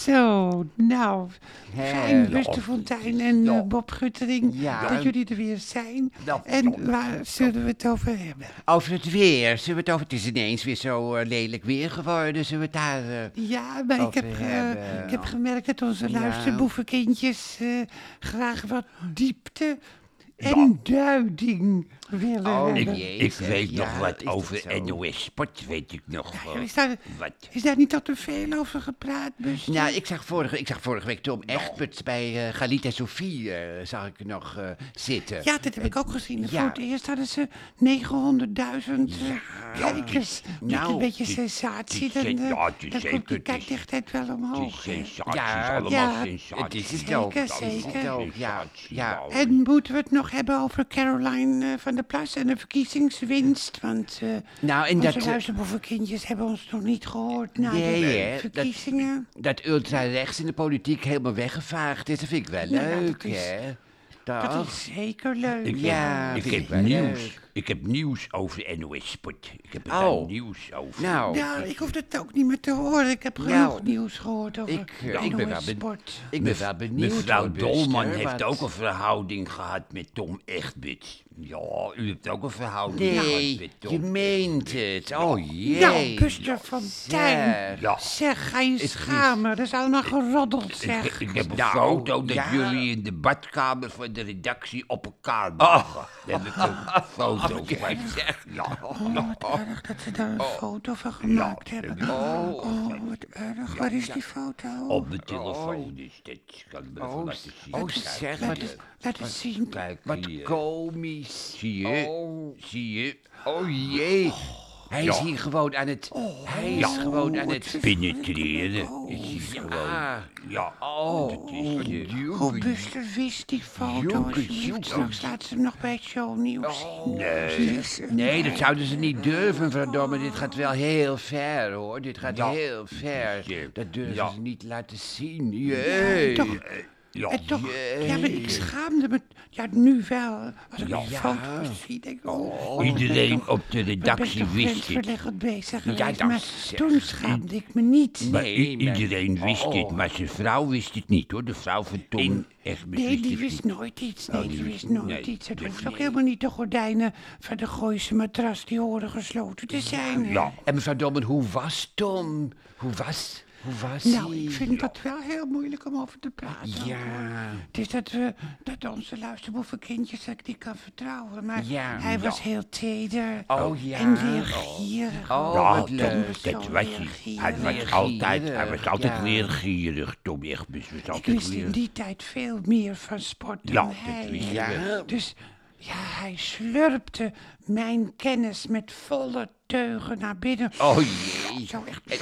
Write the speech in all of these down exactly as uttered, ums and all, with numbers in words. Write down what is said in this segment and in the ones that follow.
Zo, nou, fijn, Buster Fontijn en uh, Bob Guttering, Ja. dat jullie er weer zijn. Nou, En waar zullen we het over hebben? Over het weer. Zullen we het over... Het is ineens weer zo uh, lelijk weer geworden. Zullen we het daar... Uh, Ja, maar ik heb, uh, ik heb gemerkt dat onze ja. luisterboevenkindjes uh, graag wat diepte en duiding willen oh, hebben. Ik, ik weet ja, nog wat over N O S Sport, weet ik nog. Ja, is, daar, wat? is daar niet al te veel over gepraat, Buster? Nou, ik zag vorige, ik zag vorige week Tom Egberts bij uh, Galit en Sophie, uh, zag ik nog uh, zitten. Ja, dat heb ik ook gezien. Ja. Voor het eerst hadden ze negenhonderdduizend uh, ja, kijkers. Nou, een beetje sensatie. Dan, uh, ja, dan komt die kijkdichtheid wel omhoog. Het is sensatie, ja, allemaal ja, sensatie. Het is het zeker, ook. zeker. Ook. Ja, ja. En moeten we het nog hebben over Caroline uh, van der Plas en de verkiezingswinst? Want uh, nou, en onze dat, luisterboevenkindjes hebben ons nog niet gehoord na nee, de hè, verkiezingen. Dat, dat ultra-rechts in de politiek helemaal weggevaagd is, dat vind ik wel ja, leuk, dat is, hè? Dat is zeker leuk. Ik, ja, ik, ik heb nieuws. Leuk. Ik heb nieuws over N O S Sport. Ik heb er oh. nieuws over. Nou, nou, ik hoef het ook niet meer te horen. Ik heb genoeg nou, nieuws gehoord over ik, uh, ik N O S ben Sport. Ik ben wel benieuwd. Mevrouw Dolman heeft wat? ook een verhouding gehad met Tom Egberts. Ja, u hebt ook een verhouding nee, gehad met Tom. je meent het. Oh jee. Nou, Buster Fontijn. Ja. Zeg, ga je schamen. Er is allemaal geroddeld, zeg. Ik, ik heb een nou, foto dat ja. jullie in de badkamer van de redactie op elkaar liggen. Oh. Daar heb ik een foto van. Ja. Oh, wat erg dat ze daar een oh. foto van gemaakt ja. hebben. Oh, oh wat erg. Ja, Waar is die foto? Op de telefoon is dit. Kan ik me oh, laten zien. Oh, zeg. Laat het, laat het zien. Kijk, wat komisch. Zie je? Oh. Zie je? Oh jee. Hij is ja. hier gewoon aan het... Oh, hij is ja. gewoon aan het... penetreren. Oh, is hij ja. gewoon... Ja. Oh, dat is je. Hoe Buster wist die foto. Straks laten ze hem nog bij het shownieuws zien. Oh, nee. nee, dat zouden ze niet durven, verdomme. Dit gaat wel heel ver, hoor. Dit gaat ja. heel ver. Dat durven ja. ze niet laten zien. Jee. Ja, toch... Ja, en toch, ja, maar ik schaamde me, ja, nu wel, als ik ja, een foto zie, denk ik, oh, oh, iedereen toch, op de redactie wist het. Ik ben bezig geweest, ja, maar toen schaamde ik me niet. Maar nee, iedereen wist oh. het, maar zijn vrouw wist het niet, hoor, de vrouw van Tom Egberts. Nee, die wist nooit iets, nee, oh, die, die wist nooit nee, iets. Het hoeft nee. ook helemaal niet de gordijnen van de Gooise matras, die horen gesloten te zijn. Ja, en mevrouw Dolman, hoe was Tom? Hoe was... Hoe was nou, hij? ik vind dat wel heel moeilijk om over te praten. Ja. Het is dat we, dat onze luisterboevenkindjes, dat ik die kan vertrouwen. Maar ja, hij ja. was heel teder oh, ja. en leergierig. Oh, ja, wat leuk. Dat was hij. Hij was altijd, hij was altijd ja. leergierig, Tom Egberts. Ik wist leer... in die tijd veel meer van sport dan ja, hij. Dat wist ja, wel. Dus ja, hij slurpte mijn kennis met volle teugen naar binnen. Oh jee. Zo echt...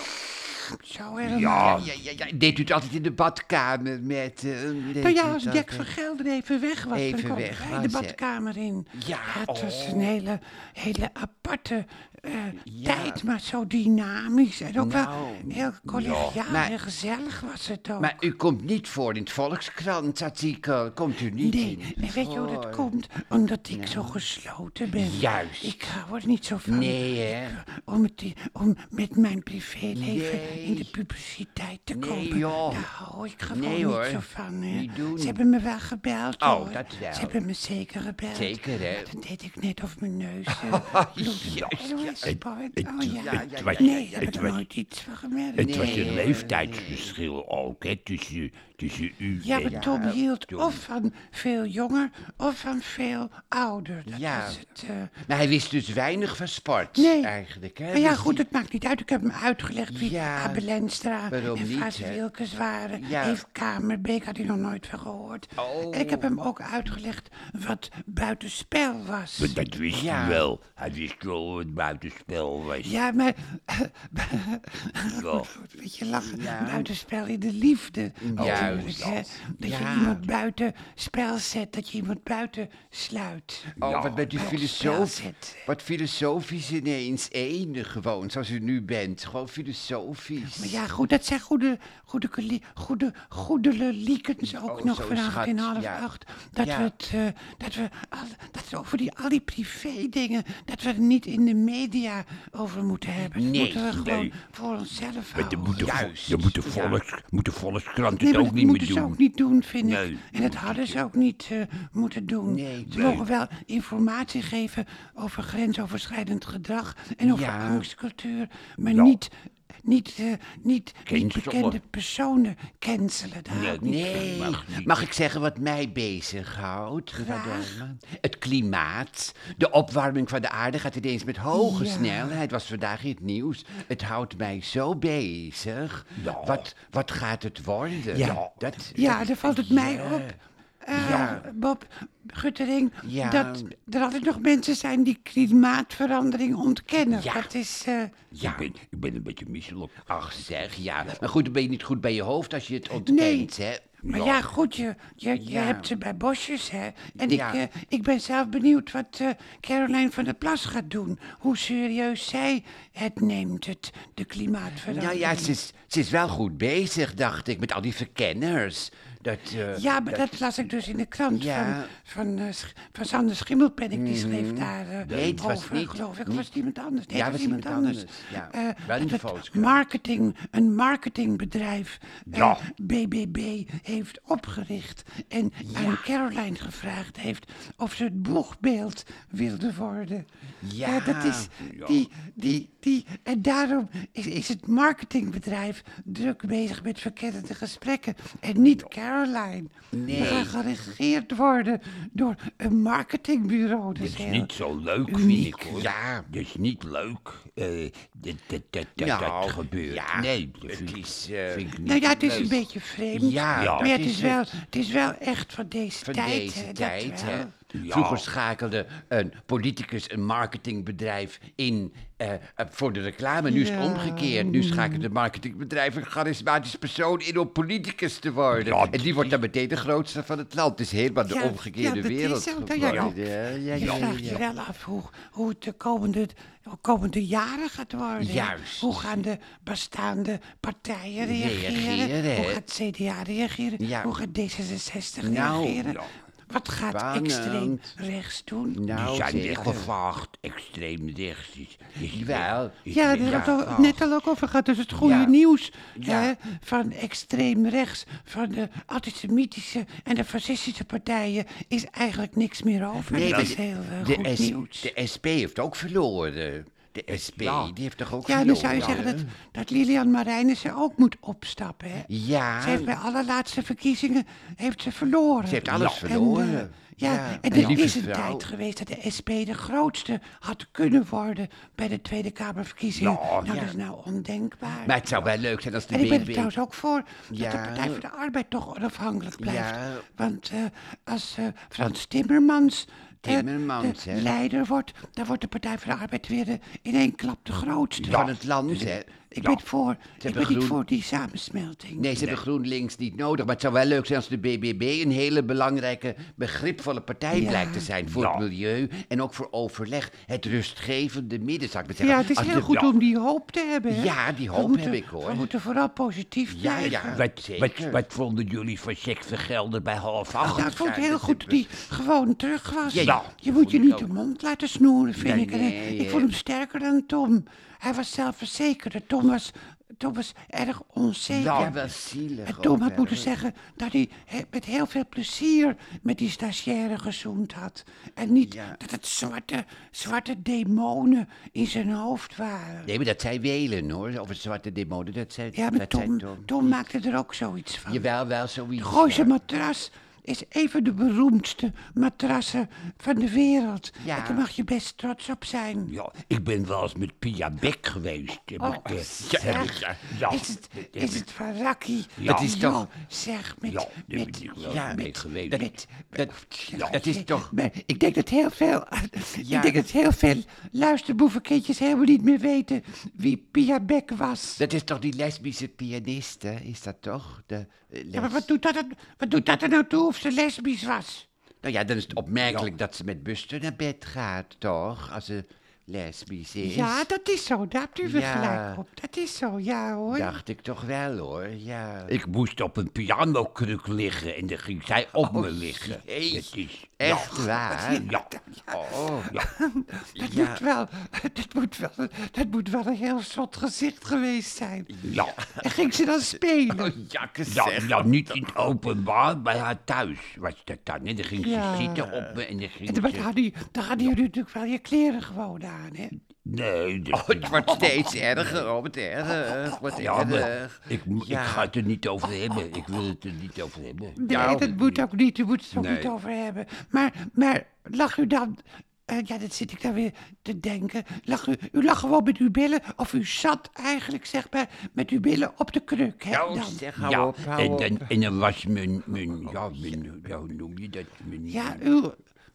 Zo helemaal. Ja, ja, ja, ja, deed u het altijd in de badkamer met... Uh, nou ja, als Jack van Gelder even weg was, even dan kwam weg hij was, de badkamer in. Ja, het was oh. een hele, hele aparte uh, ja. tijd, maar zo dynamisch. En ook nou, wel heel collegiaal ja, maar, en gezellig was het ook. Maar u komt niet voor in het Volkskrant-artikel, komt u niet Nee, in en weet je hoe dat komt? Omdat ik ja. zo gesloten ben. Juist. Ik hou er niet zo van. Nee, hè? Om, het, om met mijn privéleven nee. in de publiciteit te nee, komen. Joh. Daar hou ik gewoon nee, niet hoor. zo van. Hè. Niet doen. Ze hebben me wel gebeld, oh, hoor. dat wel. Ze hebben me zeker gebeld. Zeker, hè? Dan deed ik net of mijn neus uh, bloedde. ja, ja, oh, ja. Het, het was, nee, daar heb het ik was, nooit iets van gemerkt. Het nee. was een leeftijdsverschil ook, hè, tussen, tussen u ja, en... maar Tom ja, hield Tom. of van veel jonger of van veel ouder. Dat ja. was het, uh... Maar hij wist dus weinig van sport, nee. eigenlijk, hè? Maar ja, dus goed, die... het maakt niet uit. Ik heb hem uitgelegd wie ja. Abel Enstra Waarom en niet, Frans hè? Wilkes waren. Ja. Eve Kamerbeek had hij nog nooit van gehoord. Oh. En ik heb hem ook uitgelegd wat buitenspel was. Maar dat wist ja. hij wel. Hij wist wel wat buitenspel was. Ja, maar... Ja. Een beetje lachen. Ja. Buitenspel in de liefde. Juist. Hè? Dat Ja. je iemand buiten spel zet. Dat je iemand buiten sluit. Oh, Ja. wat bent u Buiten filosoof, spel zet. wat filosofisch ineens enig gewoon, zoals u nu bent. Gewoon filosofisch. Maar ja, goed, dat zijn goede, goede, goede, goede, goede liekens ook Oh, nog zo, vanavond schat, in half ja. acht. Dat Ja. we het, eh, dat we, al, dat we over die, al die privé dingen, dat we het niet in de media over moeten hebben. Dat Nee, moeten we gewoon nee. voor onszelf Maar houden. dan moet de, Juist, dan moet de, ja. volks, moet de Volkskrant Nee, het maar ook dat niet meer moeten ze doen. ook niet doen, vind ik. Nee, en dat moet hadden niet. ze ook niet eh, moeten doen. Nee, ze nee. mogen wel informatie geven over grensoverschrijdend gedrag en over Ja. angstcultuur, maar Ja. niet, niet, eh, niet, niet Cancelen. bekende personen cancelen. Daar hou ik niet van. Nee, Mag niet. mag ik zeggen wat mij bezighoudt? mevrouw Graag. Dolman? Het klimaat. De opwarming van de aarde gaat ineens met hoge Ja. snelheid. Was vandaag in het nieuws. Het houdt mij zo bezig. Ja. Wat, wat gaat het worden? Ja. dat, Ja, dat- daar valt het mij ja. op. Eh, Ja. Bob Guttering, Ja. dat er altijd nog mensen zijn die klimaatverandering ontkennen. Ja. Dat is... eh, Ja. Ik, ben, ik ben een beetje misselijk. Ach zeg, ja. Maar goed, dan ben je niet goed bij je hoofd als je het ontkent, hè? Maar ja, goed, je, je, je Ja. hebt ze bij bosjes, hè. En Ja. ik, eh, ik ben zelf benieuwd wat eh Caroline van der Plas gaat doen. Hoe serieus zij het neemt, het, de klimaatverandering. Nou ja, ze is, ze is wel goed bezig, dacht ik, met al die verkenners. Dat, eh, Ja, maar dat, las ik dus in de krant Ja. van, van, eh, Sch- van Sander Schimmelpenninck. Die schreef daar eh, Nee, het was over, niet- geloof ik. Of was het iemand anders? Nee, Ja, het was was iemand iemand anders. anders, ja. Eh, Wel in dat de het Volkskrant. marketing, een marketingbedrijf, eh, Ja. B B B, heeft opgericht. En aan Caroline gevraagd heeft of ze het boegbeeld wilde worden. Ja. Eh, dat is die, die, die. En daarom is, is het marketingbedrijf druk bezig met verkennende gesprekken. En niet Caroline. Nee. We gaan geregeerd worden door een marketingbureau. Dat Dat is is heel niet zo leuk, vind uniek. ik, hoor. Ja. Dat is niet leuk. eh, dat, dat, dat, dat, Nou, dat gebeurt. ja, nee, dat het vind, ik- is, eh, vind ik niet Nou ja, het is leuk. een beetje vreemd. Ja, Ja. maar ja, dat het is, is wel, het. het is wel echt van deze Van tijd. deze hè, dat tijd, wel. hè? Ja. Vroeger schakelde een politicus een marketingbedrijf in eh, eh, voor de reclame. Nu is het Ja. omgekeerd. Nu schakelt een marketingbedrijf een charismatisch persoon in om politicus te worden. Ja, en die wordt dan meteen de grootste van het land. Het is helemaal de Ja, omgekeerde ja, dat is wereld zo. geworden. Ja, Ja, ja. ja, Je ja, vraagt ja. je wel af hoe, hoe het de komende, de komende jaren gaat worden. hè. Juist. Hoe gaan de bestaande partijen reageren? Reageren, Hoe hè? gaat C D A reageren? Ja. Hoe gaat D zesenzestig Nou, reageren? ja. Wat gaat Spannend. extreem rechts doen? Nou, Die zijn zeker. echt gevaagd. Extreem rechts is. is Wel. is- Ja, is- daar ja, hebben we het ach. al- net al ook over gehad. Dus het goede Ja. nieuws Ja. hè, van extreem rechts, van de antisemitische en de fascistische partijen is eigenlijk niks meer over. Nee, dat maar is heel eh, de, goed S- nieuws. de S P heeft ook verloren. De S P, Ja. die heeft toch ook Ja, verloren? dan zou je zeggen dat, dat Lilian Marijnissen ook moet opstappen. Hè? Ja, Ze heeft bij allerlaatste verkiezingen heeft ze verloren. ze heeft alles Ja. verloren. En, eh, ja, Ja, en een er lieve is een vrouw. tijd geweest dat de S P de grootste had kunnen worden bij de Tweede Kamerverkiezingen. Ja, nou, ja. dat is nou ondenkbaar. Maar het zou wel leuk zijn als de En ik ben B er B... trouwens ook voor dat Ja. de Partij voor de Arbeid toch onafhankelijk blijft. Ja. Want eh, als eh, Frans Timmermans, eh, Timmermans, de hè. leider wordt, dan wordt de Partij voor de Arbeid weer de, in één klap de grootste. van het land, hè. Ik Ja. ben, voor, ik hebben ben niet groen- voor die samensmelting. Nee, ze hebben GroenLinks niet nodig. Maar het zou wel leuk zijn als de B B B een hele belangrijke, begripvolle partij Ja. blijkt te zijn. Voor Ja. het milieu en ook voor overleg. Het rustgevende midden, zou ik maar zeggen. Ja, het is Als heel de- goed ja. om die hoop te hebben. Hè? Ja, die We hoop moeten- heb ik, hoor. We moeten vooral positief Ja, blijven. ja. Wat, wat, Zeker. wat vonden jullie van sekvergelden bij half acht? Nou, ik vond het heel dat- goed dat hij gewoon terug was. Ja, ja. Je moet je Vond ik niet de ook. mond laten snoeren, vind Nee, ik. En nee, ik hè. vond hem sterker dan Tom. Hij was zelfverzekerd. Tom was, Tom was erg onzeker. Ja, wel zielig. En Tom ook, had hè. moeten zeggen dat hij he- met heel veel plezier met die stagiaire gezoend had. En niet Ja. dat het zwarte, zwarte demonen in zijn hoofd waren. Nee, maar dat zei Welen, hoor. Over zwarte demonen, dat zei, Ja, maar dat zei Tom, Tom. Tom maakte er ook zoiets van. Jawel, wel zoiets. De Gooise ja. matras is een van de beroemdste matrassen van de wereld. Ja. En daar mag je best trots op zijn. Ja, ik ben wel eens met Pia Beck geweest. Heb Oh, ik, eh, zeg. heb ik, eh, ja, Is het, dat heb is ik- het van Rakkie? Ja. Dat is toch- Zeg, met... Ja, daar ben met ik wel ja, mee met- geweest. dat- met, dat- ja, dat is toch- Maar ik denk dat heel veel, Ja. ik denk dat heel veel luisterboevenkindjes helemaal niet meer weten wie Pia Beck was. Dat is toch die lesbische pianiste, is dat toch? De, eh, les- Ja, maar wat doet, dat, er- wat doet dat er nou toe of ze lesbisch was? Nou ja, dan is het opmerkelijk dat ze met Buster naar bed gaat, toch? Als ze lesbisch is. Ja, dat is zo. Daar hebt u weer Ja. gelijk op. Dat is zo, ja hoor. Dacht ik toch wel, hoor, ja. Ik moest op een pianokruk liggen en dan ging zij op Oh, me liggen. jee. Het is... Echt waar? Ja. Oh, ja. Dat Ja. moet wel, dat moet wel, dat moet wel een heel zot gezicht geweest zijn. Ja. En ging ze dan spelen? Oh, jakkes, Ja, zeg. ja, niet in het openbaar, bij haar thuis was dat dan. En dan ging ze Ja. zitten op me en dan ging En dan ze... hadden jullie- dan hadden jullie natuurlijk wel je kleren gewoon aan, hè? Nee, dat... Oh, het wordt steeds erger, oh, wat erg, wat Ja, maar erg. ik, mo- Ja. ik ga het er niet over hebben. Ik wil het er niet over hebben. Nee, Ja, dat moet ook niet. U moet het er ook Nee. niet over hebben. Maar, maar lag u dan... eh, ja, dat zit ik dan weer te denken. Lag u, u lag gewoon met uw billen, of u zat eigenlijk, zeg maar, met uw billen op de kruk, hè? Nou, dan. zeg, hou Ja, op, hou en op. dan, en dan was mijn, mijn, ja, mijn, ja, hoe noem je dat? Mijn, Ja, uw,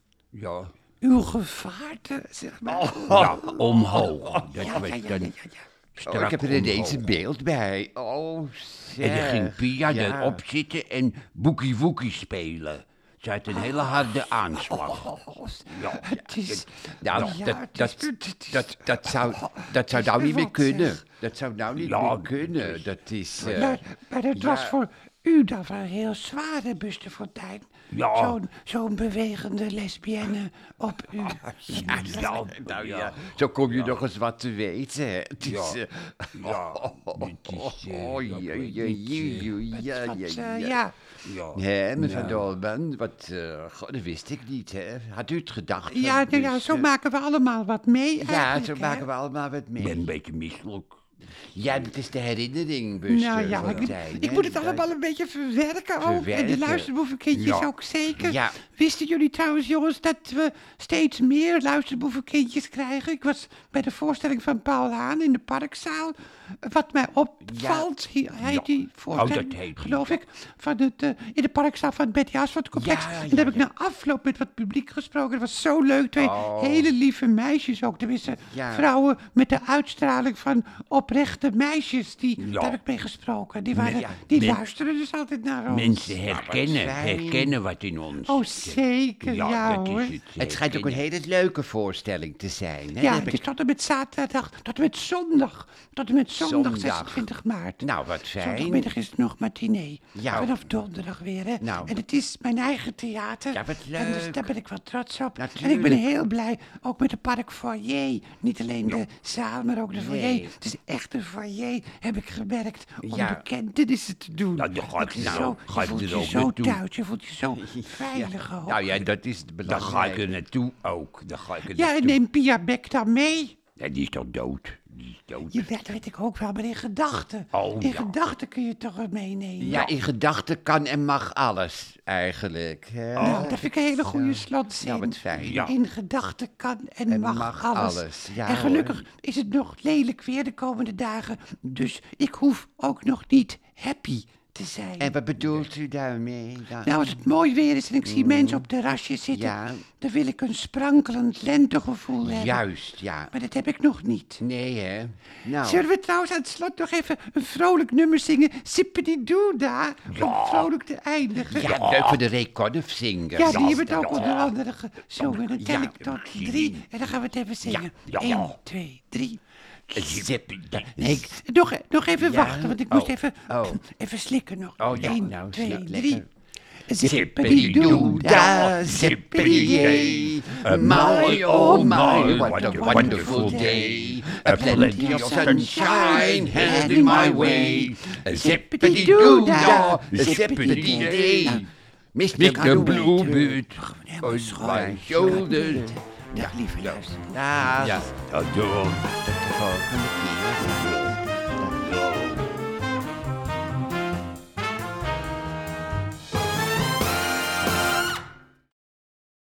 ja, uw gevaarte, zeg maar. ja, omhoog. Dat ja, ja, was ja, ja, dan ja, ja. Oh, strak ik heb er ineens een omhoog. beeld bij. Oh, zeg. En dan ging Pia Ja. erop zitten en boekie woekie spelen. Ze had een hele harde aanslag. Ja, Het is... Nou, ja, dat, het dat, is- het is- dat, dat, zou, dat zou is nou weer niet meer wat, kunnen. zeg. Dat zou nou niet Ja, meer kunnen. Dat is... eh, Maar, maar dat was ja. voor u dan wel heel zwaar, hè, Buster Fortuyn? Ja. Zo'n zo'n bewegende lesbienne op u. Ja, Ja, nou ja, ja. zo kom je nog eens wat te weten. Hè. Het is... Ja. eh, Ja, oh, dit is, eh, oh, dat ja, weet ja, ik, eh, ja, ja, Wat, ja, eh, ja. ja. ja. Hè, mevrouw Ja. Dolman, wat... eh, goh, dat wist ik niet, hè. Had u het gedacht? Ja, nou ja, Dus, zo eh, maken we allemaal wat mee Ja, eigenlijk, zo hè? maken we allemaal wat Ik ben mee. een beetje misselijk. Ja, dat is de herinnering, Buster. Nou ja, ik, Fortuyn, ik hè. moet het Dat- allemaal een beetje verwerken ook. En die Verwerken. luisterboevenkindjes Ja. ook zeker. Ja. Wisten jullie trouwens, jongens, dat we steeds meer luisterboevenkindjes krijgen? Ik was bij de voorstelling van Paul Haan in de Parkzaal. Wat mij opvalt, hier heet Ja. die voorstelling, Oh, dat heet die, geloof ik, van het, eh, in de Parkzaal van het Betty Asphalt complex. Ja, en ja, daar heb ik ja. na afloop met wat publiek gesproken. Dat was zo leuk. Twee Oh. hele lieve meisjes ook. Tenminste, Ja. vrouwen met de uitstraling van oprechte meisjes. Die, Ja. Daar heb ik mee gesproken. Die, waren, Ja. die Men- luisteren dus altijd naar ons. Mensen herkennen, fijn. herkennen wat in ons Oh, zit. zeker, ja, dat hoor. is het. Het schijnt ook een herkennen. hele leuke voorstelling te zijn. Hè? Ja, Dat het heb is ik- tot en met zaterdag, tot en met zondag. Tot en met zondag, Zondag. zesentwintig maart. Nou, wat fijn. Zondagmiddag is het nog matinee. Ja. Vanaf donderdag weer, hè. Nou. En het is mijn eigen theater. Ja, wat En dus leuk. daar ben ik wel trots op. En ik Natuurlijk. ben heel blij, ook met de parkfoyer. Niet alleen de zaal, maar ook de foyer. Nee. Het is echt een foyer, heb ik gemerkt. Om Ja. bekentenissen te doen. Nou, je gaat Het is er zo, ook- ga je je voelt er je ook zo naartoe. thuis, je voelt je zo veilig ook. Nou ja, dat is het Dan belangrijke. ga ik er naartoe ook. Dan ga ik er Ja, en naartoe. neem Pia Beck dan mee. Ja, die is toch dood? Die is dood. Je weet, dat weet ik ook wel, maar in gedachten. Oh, in ja. gedachten kun je het toch wel meenemen. Ja, in gedachten kan en mag alles, eigenlijk. Hè? Nou, dat vind ik een hele goede slotzin. Ja, wat fijn. Ja. In gedachten kan en, En mag, mag alles. alles, ja, en gelukkig hoor. is het nog lelijk weer de komende dagen. Dus ik hoef ook nog niet happy te zijn. En wat bedoelt u daarmee dan? Nou, als het mooi weer is en ik zie mensen op terrasjes zitten, Ja. dan wil ik een sprankelend lentegevoel hebben. Juist, ja. Maar dat heb ik nog niet. Nee, hè? Nou, Zullen we trouwens aan het slot nog even een vrolijk nummer zingen? Sippity-doo-da, om vrolijk te eindigen. ja, leuk voor de recordefzingers. Ja, die hebben het ook onder andere gezongen. Dan tel Ja. ik tot drie en dan gaan we het even zingen. Ja, ja. Eén, twee, drie. Zip. Nee, ik- nog, nog even Ja? wachten, want ik moest Oh, even, oh. even slikken nog. Oh, ja, Eén, nou, twee, slik drie. lekker. Zippity-doo-da, zippity-yay. My, oh my, what a wonderful day. A plenty of sunshine heading my way. A zippity-doo-da, a zippity-day. mister Bluebird on my shoulder. Dag lieve luisteraar. Ja, Ja, dat doen we. tot de volgende keer.